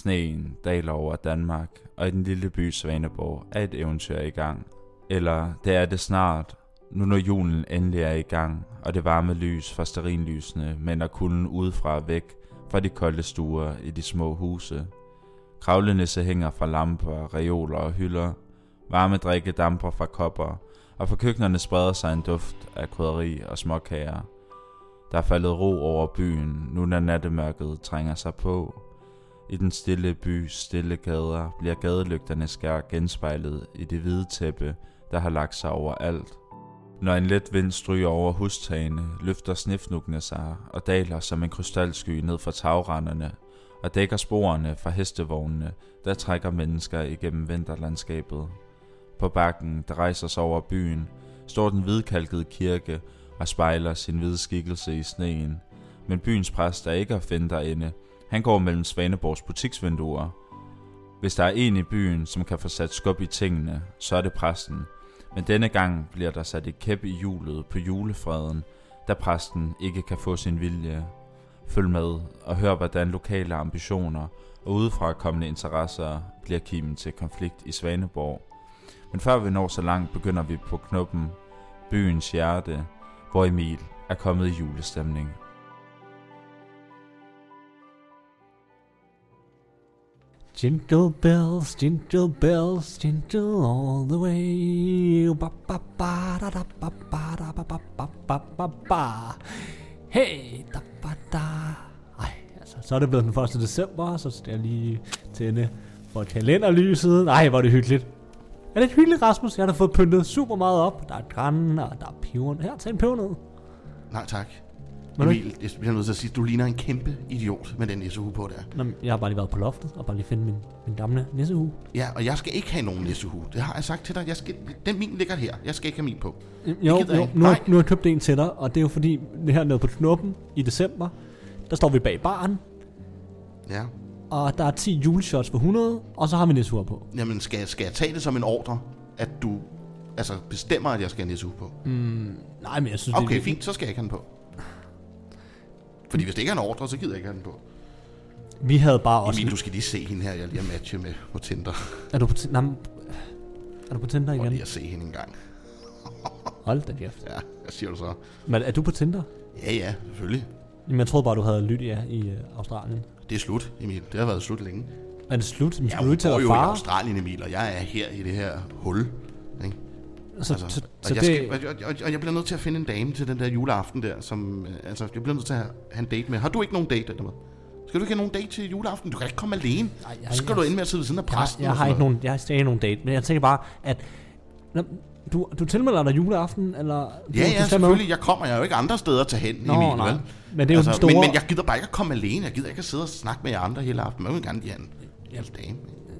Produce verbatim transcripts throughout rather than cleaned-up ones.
Sneen daler over Danmark, og i den lille by Svaneborg er et eventyr i gang. Eller det er det snart, nu når julen endelig er i gang, og det varme lys fra stearinlysene mænder kulden udefra væk fra de kolde stuer i de små huse. Kravlenisse hænger fra lamper, reoler og hylder. Varme drikke damper fra kopper, og fra køkkenerne spreder sig en duft af krydderi og småkager. Der er faldet ro over byen, nu når nattemørket trænger sig på. I den stille bys stille gader bliver gadelygternes skær genspejlet i det hvide tæppe, der har lagt sig over alt. Når en let vind stryger over hustagene, løfter snefnuggene sig og daler som en krystalsky ned fra tagrenderne og dækker sporene fra hestevognene, der trækker mennesker igennem vinterlandskabet. På bakken, der rejser sig over byen, står den hvidkalkede kirke og spejler sin hvide skikkelse i sneen. Men byens præst er ikke at finde derinde. Han går mellem Svaneborgs butiksvinduer. Hvis der er en i byen, som kan få sat skub i tingene, så er det præsten. Men denne gang bliver der sat et kæp i hjulet på julefreden, da præsten ikke kan få sin vilje. Følg med og hør, hvordan lokale ambitioner og udefra kommende interesser bliver kimen til konflikt i Svaneborg. Men før vi når så langt, begynder vi på Knuppen, byens hjerte, hvor Emil er kommet i julestemning. Jingle bells, jingle bells, jingle all the way. Ba ba ba da da ba ba da ba ba ba ba ba ba. Hey, da ba da. Ej, altså, så er det blevet den første december, så skal jeg lige tænde for kalenderlyset. Nej, hvor er det hyggeligt. Er det hyggeligt, Rasmus? Jeg har da fået pyntet super meget op. Der er græn, og der er pebernødder. Her, tag en pebernød. Nej, tak. Emil, jeg bliver nødt til at sige, at du ligner en kæmpe idiot med den nissehue på der. Nå, jeg har bare lige været på loftet og bare lige finde min, min gamle nissehue. Ja, og jeg skal ikke have nogen nissehue. Det har jeg sagt til dig. Jeg skal, den min ligger her. Jeg skal ikke have min på. Jo, jo nu, har, nu har jeg købt en til dig, og det er jo fordi, det her nede på Knuppen i december, der står vi bag baren. Ja. Og der er ti juleshots for hundrede, og så har vi nissehuer på. Jamen, skal jeg, skal jeg tage det som en ordre, at du altså bestemmer, at jeg skal have nissehue på? Mm, nej, men jeg synes, okay, det er... Okay, fint, så skal jeg ikke have den på. Fordi hvis det ikke er en ordre, så gider jeg ikke have den på. Vi havde bare også... Emil, du skal lige se hende her, jeg lige har matchet med på Tinder. Er du på Tinder? Nej, er du på Tinder igen? Prøv lige at se hende en gang. Hold da kæft. Ja, hvad siger du så? Men er du på Tinder? Ja, ja, selvfølgelig. Jamen, jeg troede bare, du havde Lydia i øh, Australien. Det er slut, Emil. Det har været slut længe. Er det slut? Men ja, hun bor jo i Australien, Emil, og jeg er her i det her hul. Ikke? Så, altså, så, og, så jeg det... skal, og, og, og jeg bliver nødt til at finde en dame til den der juleaften der, som, altså, jeg bliver nødt til at have, have en date med. Har du ikke nogen date eller hvad? Skal du ikke have nogen date til juleaften? Du kan ikke komme alene. Nej, jeg, så skal jeg, du ind med at sidde ved siden af præsten. Jeg, jeg har ikke nogen, jeg har ikke nogen date, men jeg tænker bare, at du, du tilmelder dig juleaften, eller... Ja, ja, ja selvfølgelig. Jeg kommer, jeg er jo ikke andre steder til hen, Nå, Emil, nej. vel? Men det er jo altså, den store... men, men jeg gider bare ikke at komme alene. Jeg gider ikke at sidde og snakke med jer andre hele aften. Jeg vil gerne give en ja. dame.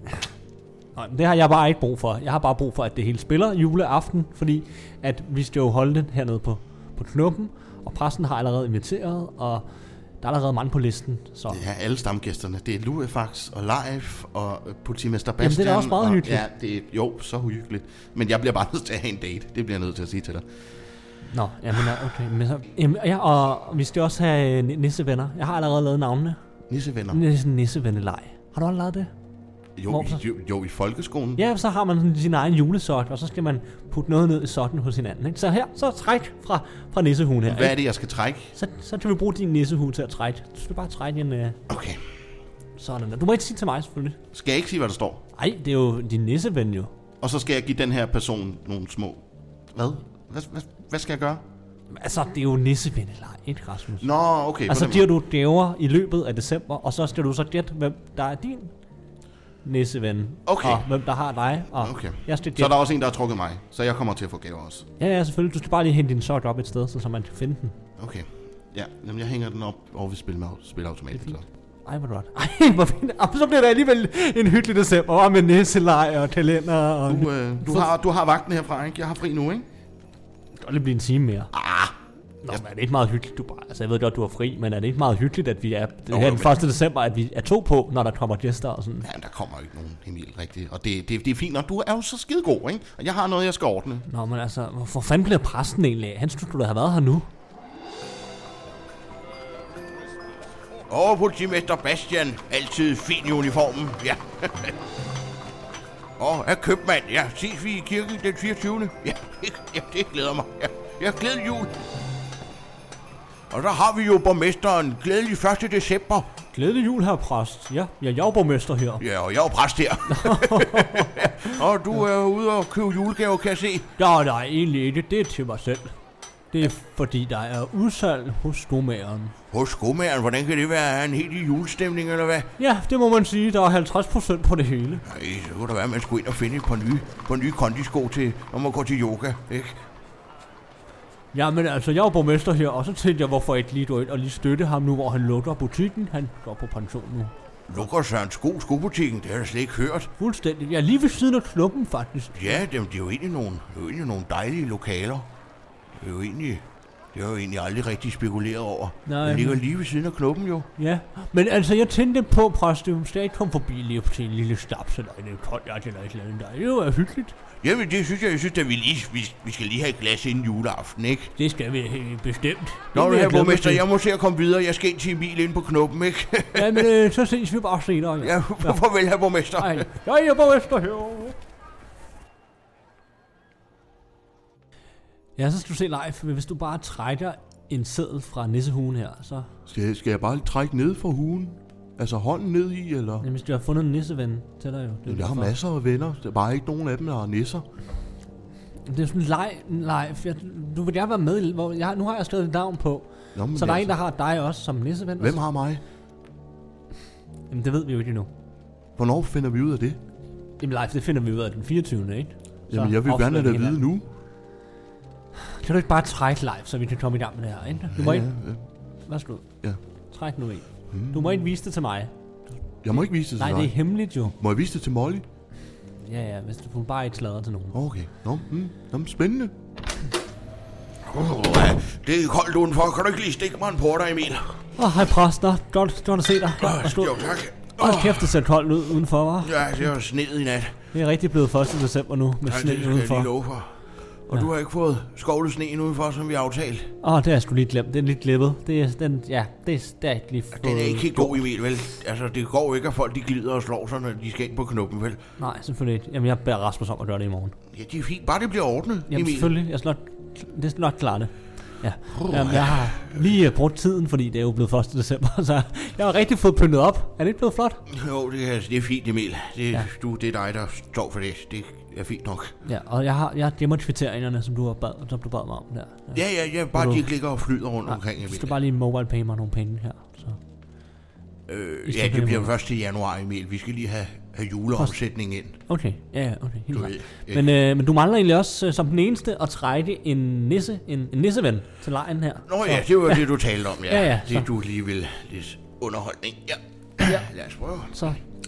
Nej, det har jeg bare ikke brug for. Jeg har bare brug for, at det hele spiller juleaften, fordi at vi skal jo holde det hernede på, på Knuppen, og præsten har allerede inviteret, og der er allerede mange på listen. Så. Det er alle stamgæsterne. Det er Luefax og Leif og politimester Bastian. Jamen, det er også meget og, hyggeligt. Ja, det er jo så hyggeligt. Men jeg bliver bare nødt til at have en date. Det bliver jeg nødt til at sige til dig. Nå, jamen okay. Men så, jamen, ja, og vi skal også have nissevenner. Jeg har allerede lavet navnene. Nissevenner? Nisse, nissevenneleg. Har du allerede lavet det? Jo, i, jo, jo, i folkeskolen. Ja, så har man sådan sin egen julesok, og så skal man putte noget ned i sokken hos hinanden. Ikke? Så her, så træk fra, fra nissehuen her. Hvad er det, jeg skal trække? Så, så kan vi bruge din nissehue til at trække. Du skal bare trække en... Uh... Okay. Sådan der. Du må ikke sige til mig, selvfølgelig. Skal jeg ikke sige, hvad der står? Nej, det er jo din nisseven jo. Og så skal jeg give den her person nogle små... Hvad? Hvad, hvad, hvad skal jeg gøre? Altså, det er jo nissevenneleg, ikke Rasmus? Nå, okay. Altså, giver du gaver i løbet af december, og så skal du så gætte, hvem der er din nisseven, okay. og hvem der har dig. Og okay. jeg skal så er der også en, der har trukket mig, så jeg kommer til at få gaver også. Ja, ja, selvfølgelig. Du skal bare lige hente din sok op et sted, så man kan finde den. Okay. Ja, jamen jeg hænger den op over ved spil med spilautomaten. Så. Ej, hvor godt. Ej, hvor fint. Og så bliver det alligevel en hyggelig december, med nisselej og kalender. Og du, øh, du, har, du har vagten herfra, ikke? Jeg har fri nu, ikke? Det kan lige blive en time mere. Ah! Nå, men er det ikke meget hyggeligt, du bare... Altså, jeg ved godt, du er fri, men er det ikke meget hyggeligt, at vi er... Det her den første december, at vi er to på, når der kommer gæster og sådan? Ja, der kommer ikke nogen, Emil, rigtigt. Og det, det, det er fint, og du er jo så skide god, ikke? Og jeg har noget, jeg skal ordne. Nå, men altså, hvorfor fanden bliver præsten egentlig af? Han skulle da have været her nu. Åh, politimester Bastian. Altid fin i uniformen. Ja. Åh, er købmand. Ja, ses vi i kirken den fireogtyvende Ja, ja, det glæder mig. Ja, ja, glædelig jul. Og så har vi jo borgmesteren. Glædelig første december. Glædelig jul, her præst. Ja, ja, jeg er jo borgmester her. Ja, og jeg er jo præst her. Og du er ude og købe julegaver, kan jeg se. Ja, nej, egentlig ikke. Det er til mig selv. Det er fordi, der er udsalg hos skomageren. Hos skomageren? Hvordan kan det være? Er han helt i julestemning, eller hvad? Ja, det må man sige. Der er halvtreds procent på det hele. Nej, så kunne der være, at man skulle ind og finde et par nye, par nye kondisko til, når man går til yoga, ikke? Ja, men altså, jeg er borgmester her, og så tænkte jeg, hvorfor ikke lige gå ind og lige støtte ham nu, hvor han lukker butikken. Han går på pension nu. Lukker Søren Sko skobutikken? Det har jeg slet ikke hørt. Fuldstændig. Ja, lige ved siden af klubben, faktisk. Ja, det, det er jo egentlig nogle, det er jo egentlig nogle dejlige lokaler. Det er jo egentlig, det har jeg jo egentlig aldrig rigtig spekuleret over. Nej, det ligger lige ved siden af klubben jo. Ja, men altså, jeg tænkte på, præst, det skal ikke komme forbi lige til en lille snaps eller en konjak eller et eller andet der. Det er jo hyggeligt. Jamen, det synes jeg, jeg synes, at vi, lige, vi, vi skal lige have et glas inden juleaften, ikke? Det skal vi bestemt. Nå, det her borgmester, jeg må se at komme videre. Jeg skal ind til Emil inde på Knuppen, ikke? Ja, men øh, så ses vi bare senere. Ja, ja farvel, herr borgmester. Nej, jeg er borgmester her. Ja, så skal du se live, hvis du bare trækker en seddel fra nissehuen her, så... Skal, skal jeg bare trække ned fra huen? Altså hånden ned i, eller? Jamen, hvis du har fundet en nisseven til dig jo. Jamen, jeg har masser af venner. Der er bare ikke nogen af dem, der har nisser. Det er sådan en leg, live. Jeg, du vil gerne være med, hvor jeg, nu har jeg skrevet et navn på. Nå, så der er altså en, der har dig også som nisseven. Hvem har mig? Jamen, det ved vi jo ikke endnu. Hvornår finder vi ud af det? Jamen, live, det finder vi ud af den fireogtyvende ikke? Så jamen, jeg vil gerne have det at vide nu. Kan du ikke bare trække live, så vi kan komme i gang med det her, ikke? Du må ja, ikke... Ja. Værsgo. Ja. Træk nu i. Hmm. Du må ikke vise det til mig. Jeg må ikke vise det til Nej, dig? Nej, det er hemmeligt jo. Må jeg vise det til Molly? Ja, ja, hvis du bare ikke sladrer til nogen. Okay. Nå, mm. Nå spændende. Oh, ja. Det er koldt udenfor. Kan du ikke lige stikke mig en porter, Emil? Åh, oh, hej præst. Nå, godt, godt at se dig. Oh, jo, tak. Åh, oh, kæft, det ser koldt ud udenfor, hva'? Ja, det er jo sneet i nat. Det er rigtig blevet første december nu med ja, sne udenfor. Det skal jeg lige love for. Og ja. Du har ikke fået skovlet sneen udenfor, som vi aftalte. Åh, oh, det har jeg sgu lige glemt. Det er lidt glippet. Det er, den, ja, det er, det er ikke lige fået... Den er ikke helt god, Emil, vel? Altså, det går jo ikke, at folk de glider og slår sig, når de skal ind på knuppen, vel? Nej, selvfølgelig ikke. Jamen, jeg beder Rasmus om at gøre det i morgen. Ja, det er fint. Bare det bliver ordnet, Jamen, Emil. selvfølgelig. Jeg skal nok, det skal nok klare det. Ja. Uh, Jamen, jeg har lige brugt tiden, fordi det er jo blevet første december, så jeg har rigtig fået pyntet op. Er det ikke blevet flot? Jo, det er, det er fint, Emil. Det, ja. du, det er dig, der står for det. Det er fint nok. Ja, og jeg har, jeg har demonstreringerne, som du har bad, som du bad mig om der. Ja, ja, ja. ja bare du, de klikker og flyder rundt ja, omkring, Emil. Du skal bare lige mobile pay mig nogle penge her, så... Øh, ja, det bliver først til januar, Emil. Vi skal lige have, have juleomsætning ind. Okay, ja, okay. Helt du ved, men, øh, men du mangler egentlig også øh, som den eneste at trække en nisse, en, en nisseven til lejen her. Nå så. Ja, det var ja. det, du talte om, ja. ja, ja det, du lige vil lidt underholdning. Ja, ja. Lad os prøve. Så.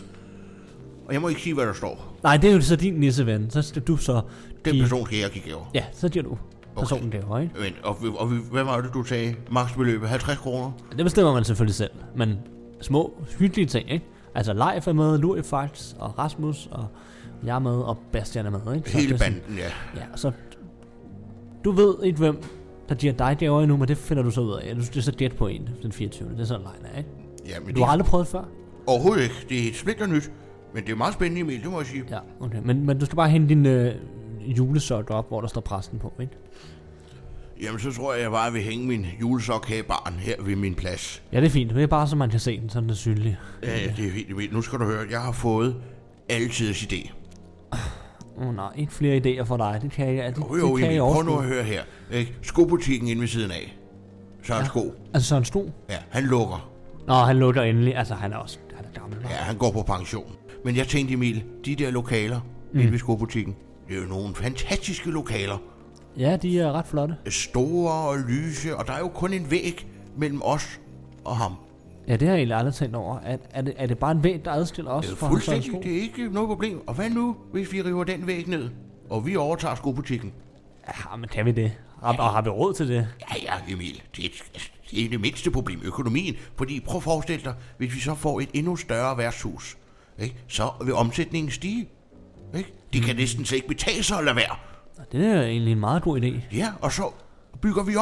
Og jeg må ikke sige, hvad der står. Nej, det er jo så din nisseven. Så skal du så... Den give... person skal jeg give gaver. Ja, så giver du personen okay. gaver, ikke? Men, og, og, og hvad var det, du sagde? Maksbeløbet halvtreds kroner? Det bestemmer man selvfølgelig selv, men små, hyggelige ting, ikke? Altså, Leif er med, Lurifax og Rasmus, og jeg er med, og Bastian er med, ikke? Så hele banden, sådan, ja. Ja, så... Du ved ikke, hvem der giver dig gaver endnu, men det finder du så ud af. Det er så gæt på en, den fireogtyvende Det er sådan, Leif er, ikke? Ja, men du har aldrig prøvet før? Overhovedet ikke. Det er helt splinter nyt. Men det er meget spændende, Emil, det må jeg sige. Ja, okay. Men, men du skal bare hente din øh, julesok op, hvor der står præsten på, ikke? Jamen, så tror jeg, jeg bare vil hænge min julesok her i baren, her ved min plads. Ja, det er fint. Det er bare, så man kan se den, sådan det er synligt. Ja, ja, det er fint, Emil. Nu skal du høre, jeg har fået altidens idé. Åh oh, nej, ikke flere idéer for dig. Det kan jeg, det, jo, jo, det kan Emil, jeg prøv nu at høre her. Ikke? Skobutikken inde ved siden af. Søren ja. Sko. Altså Søren Sko? Ja, han lukker. Nå, han lukker endelig. Altså, han er også han er gammel. Ja, han går på pension. Men jeg tænkte, Emil, de der lokaler mm. inde ved skobutikken, det er jo nogle fantastiske lokaler. Ja, de er ret flotte. Store og lyse, og der er jo kun en væg mellem os og ham. Ja, det har jeg egentlig aldrig tænkt over. Er, er, det, er det bare en væg, der adskiller os fra Søren Sko? Fuldstændig, det er ikke noget problem. Og hvad nu, hvis vi river den væg ned, og vi overtager skobutikken? Ja, men kan vi det? Og, ja. og har vi råd til det? Ja, ja, Emil. Det er, det er det mindste problem, økonomien. Fordi prøv at forestille dig, hvis vi så får et endnu større værtshus, ikke? Så vil omsætningen stige. Ikke? Det kan mm. næsten slet ikke betale sig at lade være. Det er egentlig en meget god idé. Ja, og så bygger vi om.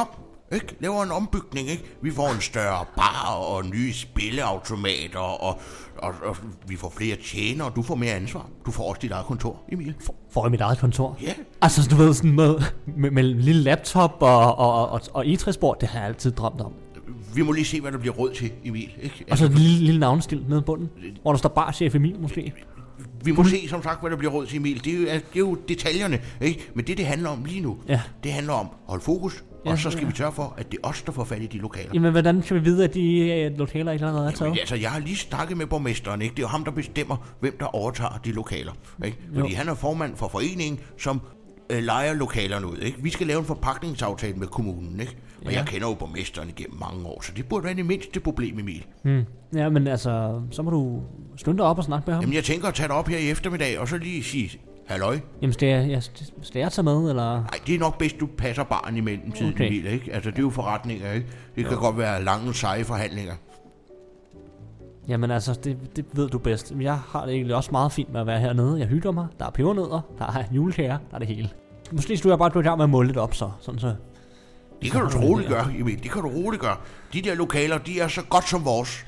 Ikke? Laver en ombygning, ikke? Vi får en større bar og nye spilleautomater, og, og, og vi får flere tjenere, og du får mere ansvar. Du får også dit eget kontor, Emil. For, får jeg mit eget kontor? Ja. Altså, du ved, sådan med, med, med en lille laptop og, og, og, og egetræsbord, det har jeg altid drømt om. Vi må lige se, hvad der bliver råd til, Emil. Ikke? Og så et lille, lille navneskilt nede i bunden, hvor der står barchef Emil måske. Vi må se, som sagt, hvad der bliver råd til, Emil. Det er jo, det er jo detaljerne, ikke? Men det, det handler om lige nu, ja. det handler om at holde fokus, og ja, så skal ja. vi tørre for, at det er os, der får fat i de lokaler. Jamen, hvordan kan vi vide, at de uh, lokaler ikke allerede er taget? Jamen, altså, jeg har lige snakket med borgmesteren, ikke? Det er jo ham, der bestemmer, hvem der overtager de lokaler, ikke? Fordi jo. Han er formand for foreningen, som øh, lejer lokalerne ud, ikke? Vi skal lave en forpakningsaftale med kommunen, ikke? Og ja. Jeg kender jo borgmesteren igennem mange år, så det burde være det mindste problem, Emil. Hmm. Ja, men altså, så må du skynde dig op og snakke med ham. Jamen, jeg tænker at tage dig op her i eftermiddag, og så lige sige, halløj. Jamen, skal jeg, jeg, skal jeg tage med, eller? Nej, det er nok bedst, du passer barn i mellemtiden, okay. Emil, ikke? Altså, det er jo forretninger, ikke? Det kan jo. godt være lange, seje forhandlinger. Jamen altså, det, det ved du bedst. Jeg har det egentlig også meget fint med at være hernede. Jeg hygger mig. Der er pebernødder, der er julekager, der er det hele. Måske skulle jeg bare gå i gang med at måle lidt op, så. Sådan så. Det kan du roligt gøre, Emil. Det kan du roligt gøre. De der lokaler, de er så godt som vores.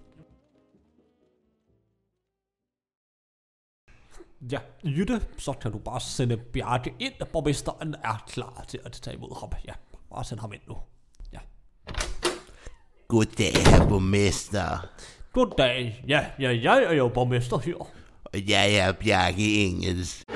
Ja, Jytte, så kan du bare sende Bjarke ind, og borgmesteren er klar til at tage imod ham. Ja, bare send ham ind nu. Ja. Goddag, herr borgmester. Goddag. Ja, ja, jeg er jo borgmester her. Og jeg er Bjarke Engels.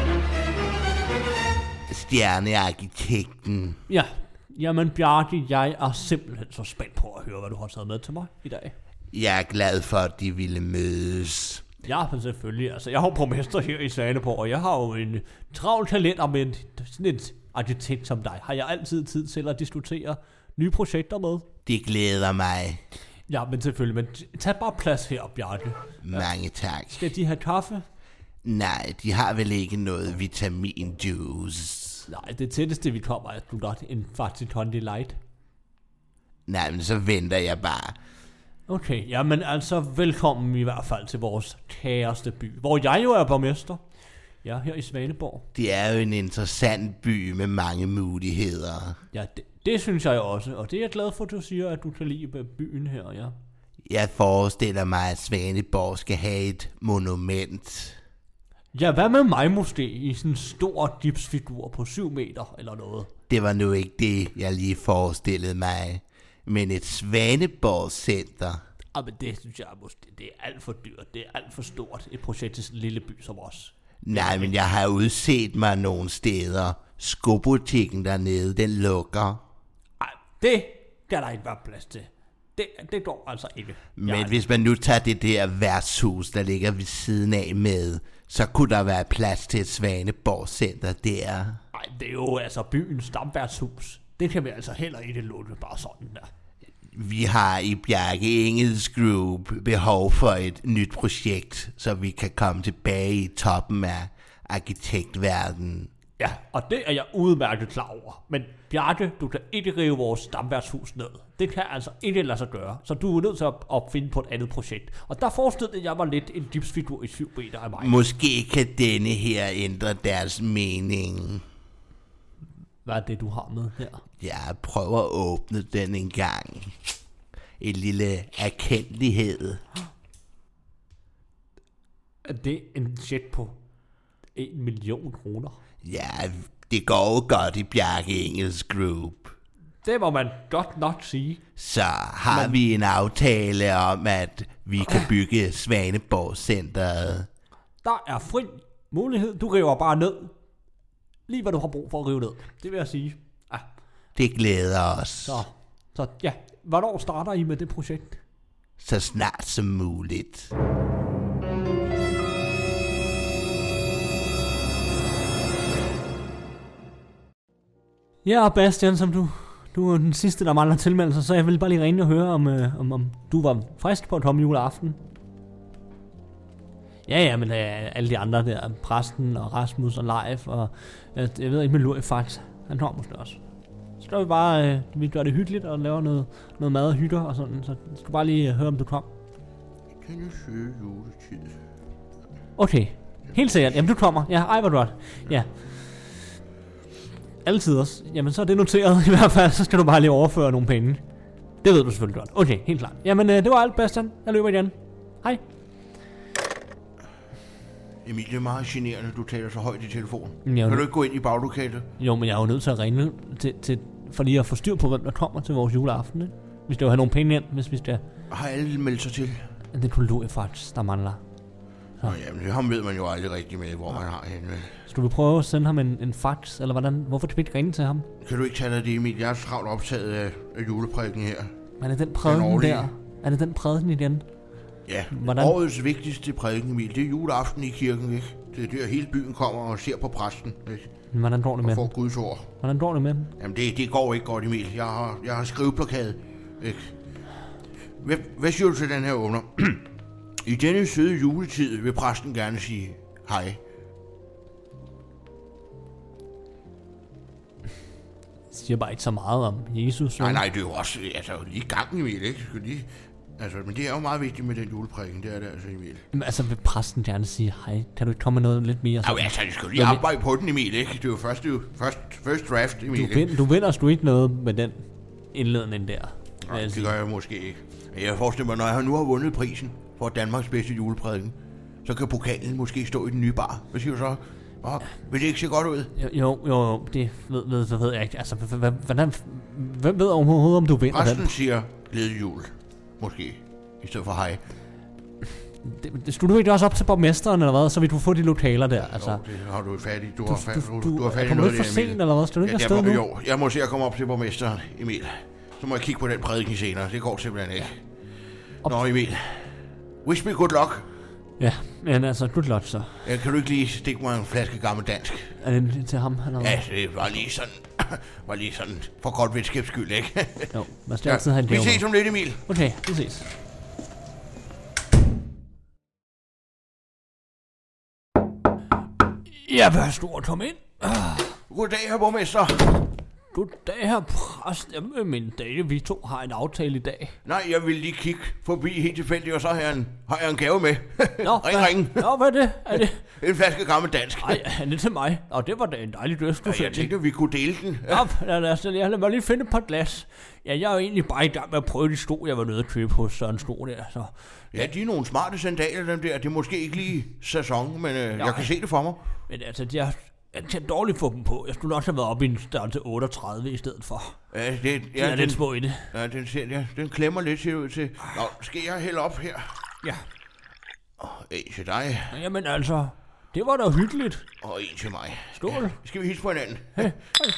Stjernearkitekten. Ja, jamen Bjarke, jeg er simpelthen så spændt på at høre, hvad du har taget med til mig i dag. Jeg er glad for, at de ville mødes. Ja, men selvfølgelig. Altså, jeg har borgmester her i Svaneborg, og jeg har jo en travl talent om en, sådan en arkitekt som dig. Har jeg altid tid til at diskutere nye projekter med? Det glæder mig. Ja, men selvfølgelig. Men tag bare plads her, Bjarke. Mange tak. Skal de have kaffe? Nej, de har vel ikke noget vitaminjuice. Nej, det tætteste vi kommer er du godt en faktisk Hondi Light. Nej, men så venter jeg bare. Okay, jamen altså velkommen i hvert fald til vores kæreste by, hvor jeg jo er borgmester. Ja, her i Svaneborg. Det er jo en interessant by med mange muligheder. Ja, det, det synes jeg også, og det er jeg glad for, at du siger, at du kan lide byen her, ja. Jeg forestiller mig, at Svaneborg skal have et monument. Ja, hvad med mig måske i sådan en stor gipsfigur på syv meter eller noget? Det var nu ikke det, jeg lige forestillede mig. Men et Svaneborg-center. Ja, men det synes jeg måske, det er alt for dyrt. Det er alt for stort, et projekt til sådan en lille by som os. Nej, men jeg har udset mig nogle steder. Skobutikken dernede, den lukker. Nej, det kan der ikke være plads til. Det, det går altså ikke. Men jeg hvis man nu tager det der værtshus, der ligger ved siden af med, så kunne der være plads til et Svaneborg-center der. Nej, det er jo altså byens stamværtshus. Det kan vi altså heller ikke låne bare sådan der. Vi har i Bjarke Engels Group behov for et nyt projekt, så vi kan komme tilbage i toppen af arkitektverdenen. Ja, og det er jeg udmærket klar over. Men Bjarke, du kan ikke rive vores stamværtshus ned. Det kan altså ikke lade sig gøre. Så du er nødt til at opfinde på et andet projekt. Og der forestillede jeg mig lidt en gipsfigur i syv meter af mig. Måske kan denne her ændre deres mening. Hvad er det, du har med her? Jeg prøver at åbne den en gang. En lille erkendelighed. Er det en check på en million kroner? Ja, det går jo godt i Bjarke Engels Group. Det må man godt nok sige. Så har Men... vi en aftale om, at vi kan bygge Svaneborg-centeret. Der er fri mulighed. Du river bare ned. Lige hvad du har brug for at rive ned. Det vil jeg sige. Ja. Det glæder os. Så, så ja. Hvornår starter I med det projekt? Så snart som muligt. Ja, Bastian, som du, du er den sidste, der mangler tilmeldelser, så jeg vil bare lige ringe og høre, om, øh, om, om du var frisk på at komme juleaften. Ja, ja, men øh, alle de andre der, præsten og Rasmus og Leif, og øh, jeg ved ikke med Lurifax, han kommer måske også. Så skal vi bare, øh, vi gør det hyggeligt og laver noget, noget mad og hytter og sådan, så skal du bare lige øh, høre, om du kom. Kan jeg søge juletid? Okay, helt sikkert. Jamen, du kommer. Ja, ej, hvor godt. Ja. Altid også. Jamen, så er det noteret i hvert fald. Så skal du bare lige overføre nogle penge. Det ved du selvfølgelig godt. Okay, helt klart. Jamen, øh, det var alt, Bastian. Jeg løber igen. Hej. Emil, det er meget generende, du taler så højt i telefonen. Jo, kan du ikke gå ind i baglokalet? Jo, men jeg er jo nødt til at ringe til, til, for lige at få styr på, hvem der kommer til vores juleaften. Ikke? Vi skal jo have nogle penge ind, hvis vi skal... Har alle meldt sig til? Det er kun Louis faktisk, der mangler. Nå, jamen, ham ved man jo aldrig rigtigt med, hvor man har hende. Skal vi prøve at sende ham en, en fax, eller hvordan? Hvorfor kan vi ikke ringe til ham? Kan du ikke tage dig det, Emil? Jeg er travlt optaget af, af juleprædiken her. Er det den prædiken der? Er det den prædiken igen? Ja, hvordan? Årets vigtigste prædiken, Emil, det er juleaften i kirken, ikke? Det er der, hele byen kommer og ser på præsten, ikke? Men hvordan går det med og får Guds ord. Hvordan går det med den? Jamen, det, det går ikke godt, Emil. Jeg har, jeg har skriveblokade, ikke? Hvad, hvad siger du til den her under? I denne søde juletid vil præsten gerne sige hej. Jeg siger bare ikke så meget om Jesus. Nej, nej, det er jo også altså, lige gangen, Emil, ikke? Lige, altså, men det er jo meget vigtigt med den juleprædiken, det er det altså, Emil. Men altså, vil præsten gerne sige hej? Kan du ikke komme med noget lidt mere? Ja, altså, du skal jo lige arbejde på den, Emil, ikke? Det er jo først, det er jo først, first draft, Emil. Du, vind, du vinder sgu ikke noget med den indledning der. Nej, det gør jeg måske ikke. Jeg forestiller mig, når jeg nu har vundet prisen for Danmarks bedste juleprædiken, så kan pokalen måske stå i den nye bar. Hvad siger du så? Oh, vil det ikke se godt ud? Jo, jo, jo det ved, ved, ved, ved jeg ikke. Altså, hvordan, hvem ved overhovedet, om du vinder Resten den? Resten siger glædelig jul. Måske. I stedet for hej. Det, det stod du ikke også op til borgmesteren, eller hvad? Så vil du få de lokaler der, altså. Jo, det har du færdig. Du, du, har færdig, du, du, du har færdig noget noget der, for sent, eller hvad? Skal du ikke ja, afsted nu? Jo, jeg må se at komme op til borgmesteren, Emil. Så må jeg kigge på den prædiken senere. Det går simpelthen ikke. Op. Nå, Emil. Wish me good luck. Ja, men altså, good luck så. Ja, kan du ikke lige stikke mig en flaske gammel dansk? Er det til ham, eller hvad? Ja, det var lige sådan, var lige sådan for godt venskabs skyld, ikke? Jo, man skal altid have en gave. Vi ses om lidt, Emil. Okay, vi ses. Ja, værsgo at komme ind. Goddag, herr borgmester. Goddag, herr præst. Jamen, min dage, vi to har en aftale i dag. Nej, jeg vil lige kigge forbi helt tilfældigt, og så har jeg en, har jeg en gave med. Nå, ring, ring. Nå, hvad er det? Er det? En flaske gammel dansk. Nej, er det til mig? Og det var da en dejlig døst, du ja, jeg tænkte, vi kunne dele den. Ja, ja lad, os, lad mig lige finde et par glas. Ja, jeg er jo egentlig bare i gang med at prøve de sko, jeg var nødt at købe hos Søren Sko der. Så. Ja, de er nogle smarte sandaler, dem der. Det er måske ikke lige sæson, men øh, jeg kan se det for mig. Men altså, jeg, jeg kan dårligt få dem på. Jeg skulle nok have været oppe i en størrelse otteogtredive i stedet for. Ja, det, ja, de er den, lidt små i det. Ja, den, ser, ja, den klemmer lidt, ser ud til. Nå, skal jeg hælde op her? Ja. Og en til dig. Jamen altså, det var da hyggeligt. Og en til mig. Skål. Ja, skal vi hilse på hinanden? Hey.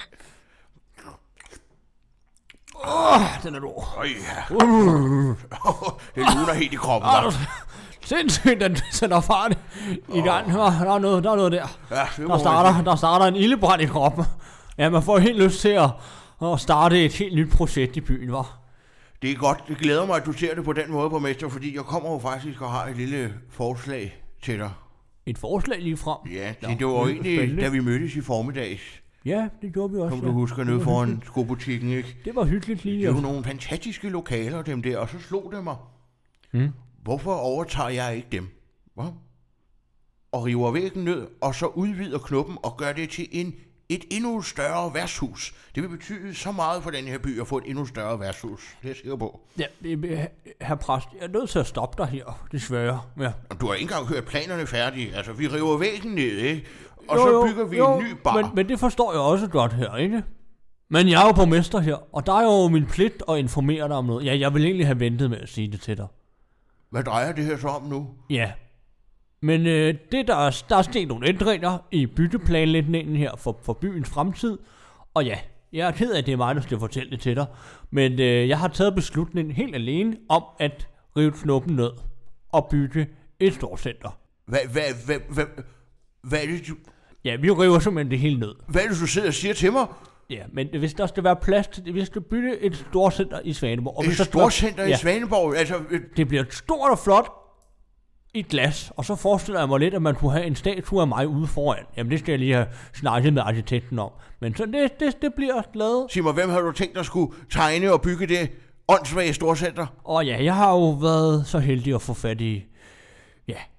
Åh, oh, den er god. Øj, ja. Uh. Det luner helt i kroppen. Oh, sindssygt, den sætter fart i gang. Oh. Der, er noget, der er noget der. Ja, der, starter, der starter en ildebrand i kroppen. Ja, man får helt lyst til at, at starte et helt nyt projekt i byen, hva'? Det er godt. Det glæder mig, at du ser det på den måde, borgmester, fordi jeg kommer jo faktisk og har et lille forslag til dig. Et forslag lige frem? Ja, det, det var jo egentlig, spændende. Da vi mødtes i formiddags. Ja, det gjorde vi også. Som du husker, nede foran skobutikken, ikke? Det var hyggeligt lige. Det er jo nogle fantastiske lokaler, dem der, og så slog det mig. Hmm? Hvorfor overtager jeg ikke dem? Hvad? Og river væggen ned, og så udvider knuppen og gør det til en, et endnu større værtshus. Det vil betyde så meget for den her by at få et endnu større værtshus. Det er jeg sikker på. Ja, herr præst, jeg er nødt til at stoppe dig her, desværre. Ja. Du har ikke engang hørt planerne færdige. Altså, vi river væggen ned, ikke? Og jo, så bygger vi jo, en ny bar. Men, men det forstår jeg også godt her, ikke? Men jeg er jo borgmester her, og der er jo min pligt at informere dig om noget. Ja, jeg vil egentlig have ventet med at sige det til dig. Hvad drejer det her så om nu? Ja, men øh, det der er, der er sket nogle ændringer i bytteplanlægningen her for, for byens fremtid. Og ja, jeg er ked af, at det er mig, der skal fortælle det til dig. Men øh, jeg har taget beslutningen helt alene om at rive knuppen ned og bygge et storcenter. Hvad, hvad, hvad, hvad, hvad er det, du... Ja, vi river simpelthen det hele ned. Hvad er det, du sidder og siger til mig? Ja, men hvis der skal være plads til det, vi skal bygge et storcenter i Svaneborg. Og et storcenter i ja, Svaneborg? Altså, et... Det bliver stort og flot i glas, og så forestiller jeg mig lidt, at man kunne have en statue af mig ude foran. Jamen, det skal jeg lige have snakket med arkitekten om. Men så det, det, det bliver lavet. Sig mig, hvem har du tænkt at skulle tegne og bygge det åndssvage storcenter? Og ja, jeg har jo været så heldig at få fat i, ja,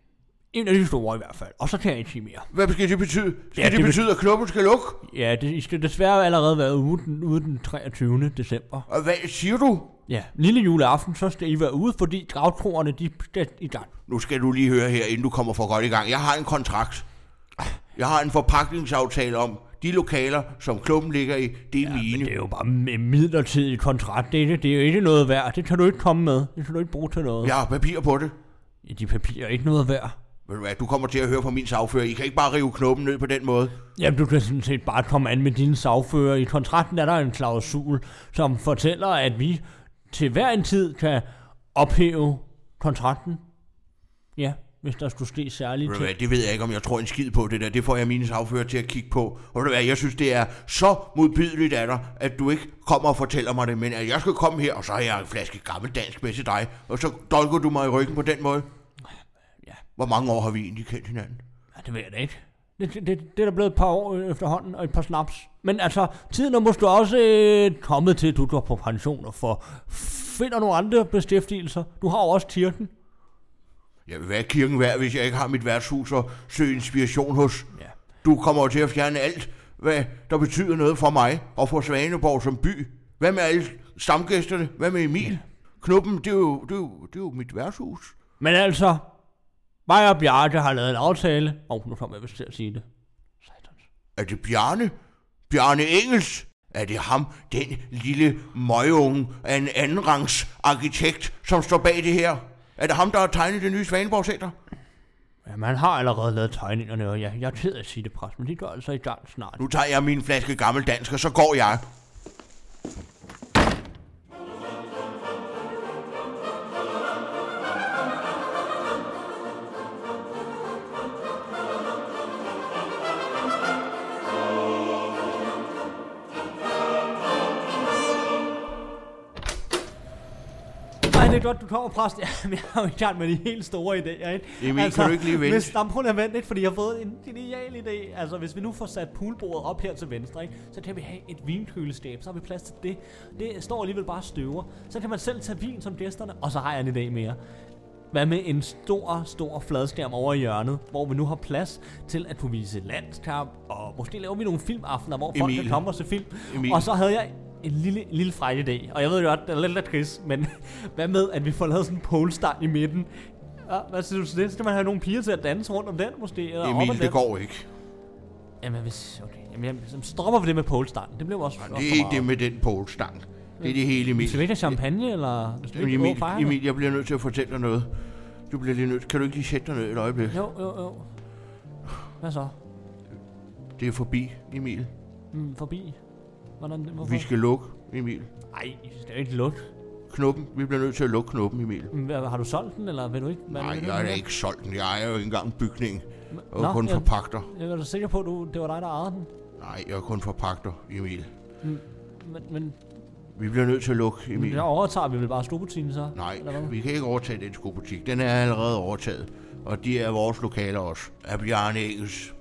En af de store i hvert fald, og så kan jeg ikke sige mere. Hvad skal det betyde? Skal Ja, det, det betyde, at Knuppen skal lukke? Ja, det I skal desværre allerede være ude den, ude den treogtyvende december. Og hvad siger du? Ja, lille juleaften, så skal I være ude, fordi gravtroerne, de skal i gang. Nu skal du lige høre her, inden du kommer for godt i gang. Jeg har en kontrakt. Jeg har en forpakningsaftale om, de lokaler, som klubben ligger i, det er Ja, mine. men det er jo bare en midlertidig kontrakt, det er, det. det er jo ikke noget værd. Det kan du ikke komme med. Det kan du ikke bruge til noget. Jeg har papir på det. Ja, de papirer er ikke noget værd. Ved du hvad, du kommer til at høre fra min sagfører. I kan ikke bare rive Knuppen ned på den måde. Jamen, du kan sådan set bare komme an med dine sagfører. I kontrakten er der en klausul, som fortæller, at vi til hver en tid kan ophæve kontrakten. Ja, hvis der skulle ske særligt Ved du hvad, det ved jeg ikke, om jeg tror en skid på det der. Det får jeg mine sagfører til at kigge på. Og ved du hvad, jeg synes, det er så modbydeligt af dig, at du ikke kommer og fortæller mig det. Men at jeg skal komme her, og så har jeg en flaske gammel dansk med til dig. Og så dolker du mig i ryggen på den måde. Ja. Hvor mange år har vi egentlig kendt hinanden? Ja, det ved jeg da ikke. Det, det, det, det er der blevet et par år efterhånden, og et par snaps. Men altså, tiden er måske også øh, kommet til, at du går på pension og får, finder nogle andre beskæftigelser. Du har jo også kirken. Jeg vil være kirken værd, hvis jeg ikke har mit værtshus og søge inspiration hos. Ja. Du kommer jo til at fjerne alt, hvad der betyder noget for mig og for Svaneborg som by. Hvad med alle stamgæsterne? Hvad med Emil? Ja. Knuppen, det er, jo, det, er jo, det er jo mit værtshus. Men altså, mig og Bjarke har lavet en aftale. Åh, oh, nu kommer jeg vist til at sige det. Satans. Er det Bjarne? Bjarne Engels? Er det ham, den lille møgeunge af en andenrangs arkitekt, som står bag det her? Er det ham, der har tegnet det nye Svaneborg Center? Ja, man har allerede lavet tegningerne, og jeg, jeg er ked af at sige det, præst, men de går altså i gang snart. Nu tager jeg min flaske gammel dansk, og så går jeg. Det er godt, du kommer, præst. Ja, jeg har jo i gang med de helt store idéer, ikke? Emil, altså, kan du ikke lige vente? Hvis Stambrun er vendt, fordi jeg har fået en genial idé. Altså, hvis vi nu får sat poolbordet op her til venstre, ikke? Så kan vi have et vinkøleskab, så har vi plads til det. Det står alligevel bare støver. Så kan man selv tage vin som gæsterne, og så har jeg en idé mere. Hvad med en stor, stor fladskærm over i hjørnet, hvor vi nu har plads til at kunne vise landskamp, og måske laver vi nogle filmaftener, hvor Emil. folk kan komme og se film. Emil. Og så havde jeg en lille, lille fræk idé, og jeg ved jo godt, det er lidt lidt trist, men hvad med, at vi får lavet sådan en polestang i midten? Ja, hvad synes du til det? Så kan man have nogle piger til at danse rundt om den, måske? Eller Emil, det den. går ikke. Jamen, hvis... Okay, jamen, så dropper vi det med polestangen. Det blev også... Nej, det er ikke det med den polestang. Det er det hele, Emil. Skal vi ikke have champagne, eller... Emil, Emil, Emil, jeg bliver nødt til at fortælle dig noget. Du bliver lige nødt... Kan du ikke lige sætte dig ned et øjeblik? Jo, jo, jo. Hvad så? Det er forbi, Emil. Mm, forbi? Hvordan, vi skal lukke, Emil. Nej, det er ikke lukke. Knuppen. Vi bliver nødt til at lukke Knuppen, Emil. Hvad, har du solgt den, eller vil du ikke? Hvad, Nej, jeg har ikke solgt den. Jeg er jo ikke engang bygning. Jeg er kun jeg, forpagter. Jeg er da sikker på, at du, det var dig, der ejede den. Nej, jeg er kun forpagter, Emil. Mm, men, men... Vi bliver nødt til at lukke, Emil. Så overtager vi vel bare skobutikken så? Nej, vi kan ikke overtage den skobutik. Den er allerede overtaget. Og de er vores lokaler også. Af Bjarne Engels.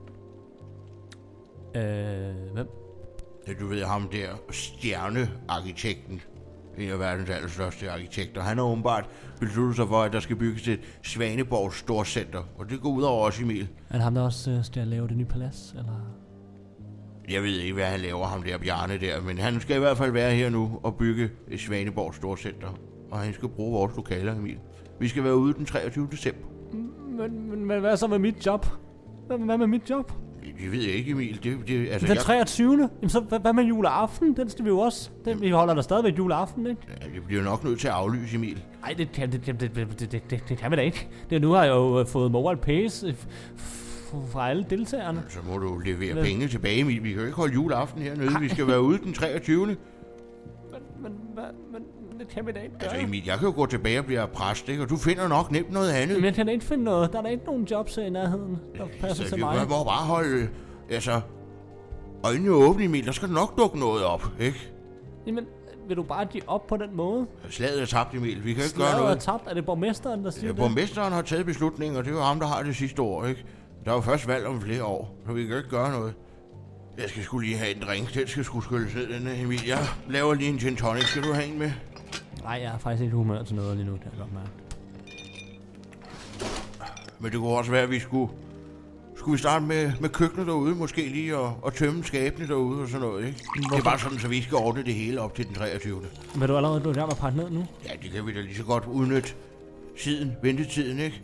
Øh, hvem? Ja, du ved ham der, stjernearkitekten. En af verdens allerstørste arkitekter. Han har åbenbart besluttet sig for, at der skal bygges et Svaneborg Storcenter. Og det går ud over os, Emil. Er det ham, der også øh, skal lave det nye palads, eller? Jeg ved ikke, hvad han laver, ham der Bjarne der. Men han skal i hvert fald være her nu og bygge et Svaneborg Storcenter. Og han skal bruge vores lokaler, Emil. Vi skal være ude den treogtyvende december. Men, men, men hvad så med mit job? Hvad, hvad med mit job? Det ved jeg ikke, Emil. Det, det, altså, den treogtyvende Jamen så, hvad, hvad med juleaften? Den skal vi jo også. Den, vi holder der stadigvæk juleaften, ikke? Ja, det bliver nok nødt til at aflyse, Emil. Nej, det, det, det, det, det, det, det, det kan vi da ikke. Det, nu har jeg jo fået mobile pays fra alle deltagerne. Så må du levere men, penge tilbage, Emil. Vi kan jo ikke holde juleaften hernede. Ej. Vi skal være ude den treogtyvende Men, men, men, men det kan vi da ikke gøre. Altså Emil, jeg kan jo gå tilbage og blive præst, ikke? Og du finder nok nemt noget andet. Men jeg kan da ikke finde noget. Der er da ikke nogen jobs i nærheden, der passer til mig. Vi må bare holde, altså, øjnene åbne, Emil. Der skal nok dukke noget op, ikke? Jamen, vil du bare give op på den måde? Slaget er tabt, Emil. Vi kan ikke Slaget gøre noget. Slaget er tabt? Er det borgmesteren, der siger ja, det? Borgmesteren har taget beslutningen, og det er jo ham, der har det sidste år, ikke? Der er jo først valg om flere år, så vi kan ikke gøre noget. Jeg skal sgu lige have en drink. Den skal sgu skylles ned, den her, Emil. Jeg laver lige en gin tonic. Skal du have en med? Nej, jeg er faktisk ikke humør til noget lige nu, det kan jeg godt mærke. Men det kunne også være, at vi skulle... Skulle vi starte med, med køkkenet derude, måske lige, og, og tømme skabene derude og sådan noget, ikke? Hvorfor? Det er bare sådan, så vi skal ordne det hele op til den treogtyvende. Men du allerede, du er der med at pakke ned nu? Ja, det kan vi da lige så godt udnytte tiden, ventetiden, ikke?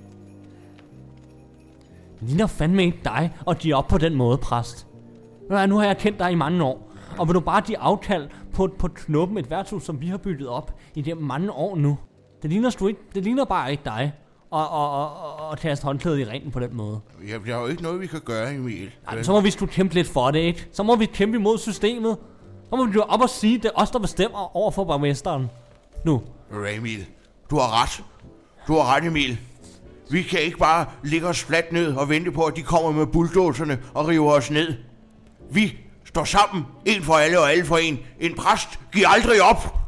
Det ligner fandme ikke dig, og de er op på den måde, præst. Nu har jeg kendt dig i mange år, og vil du bare de aftale på, på knuppen et værtshus, som vi har bygget op i de mange år nu? Det ligner, du ikke, det ligner bare ikke dig. Og, og, og, og kaste håndklædet i ringen på den måde. Ja, der er jo ikke noget, vi kan gøre, Emil. Nej, så må vi sgu kæmpe lidt for det, ikke? Så må vi kæmpe imod systemet. Så må vi jo op og sige, det er os, der bestemmer over for borgmesteren. Nu. Emil, du har ret. Du har ret, Emil. Vi kan ikke bare ligge os fladt ned og vente på, at de kommer med bulldozerne og river os ned. Vi står sammen, en for alle og alle for en. En præst giver aldrig op.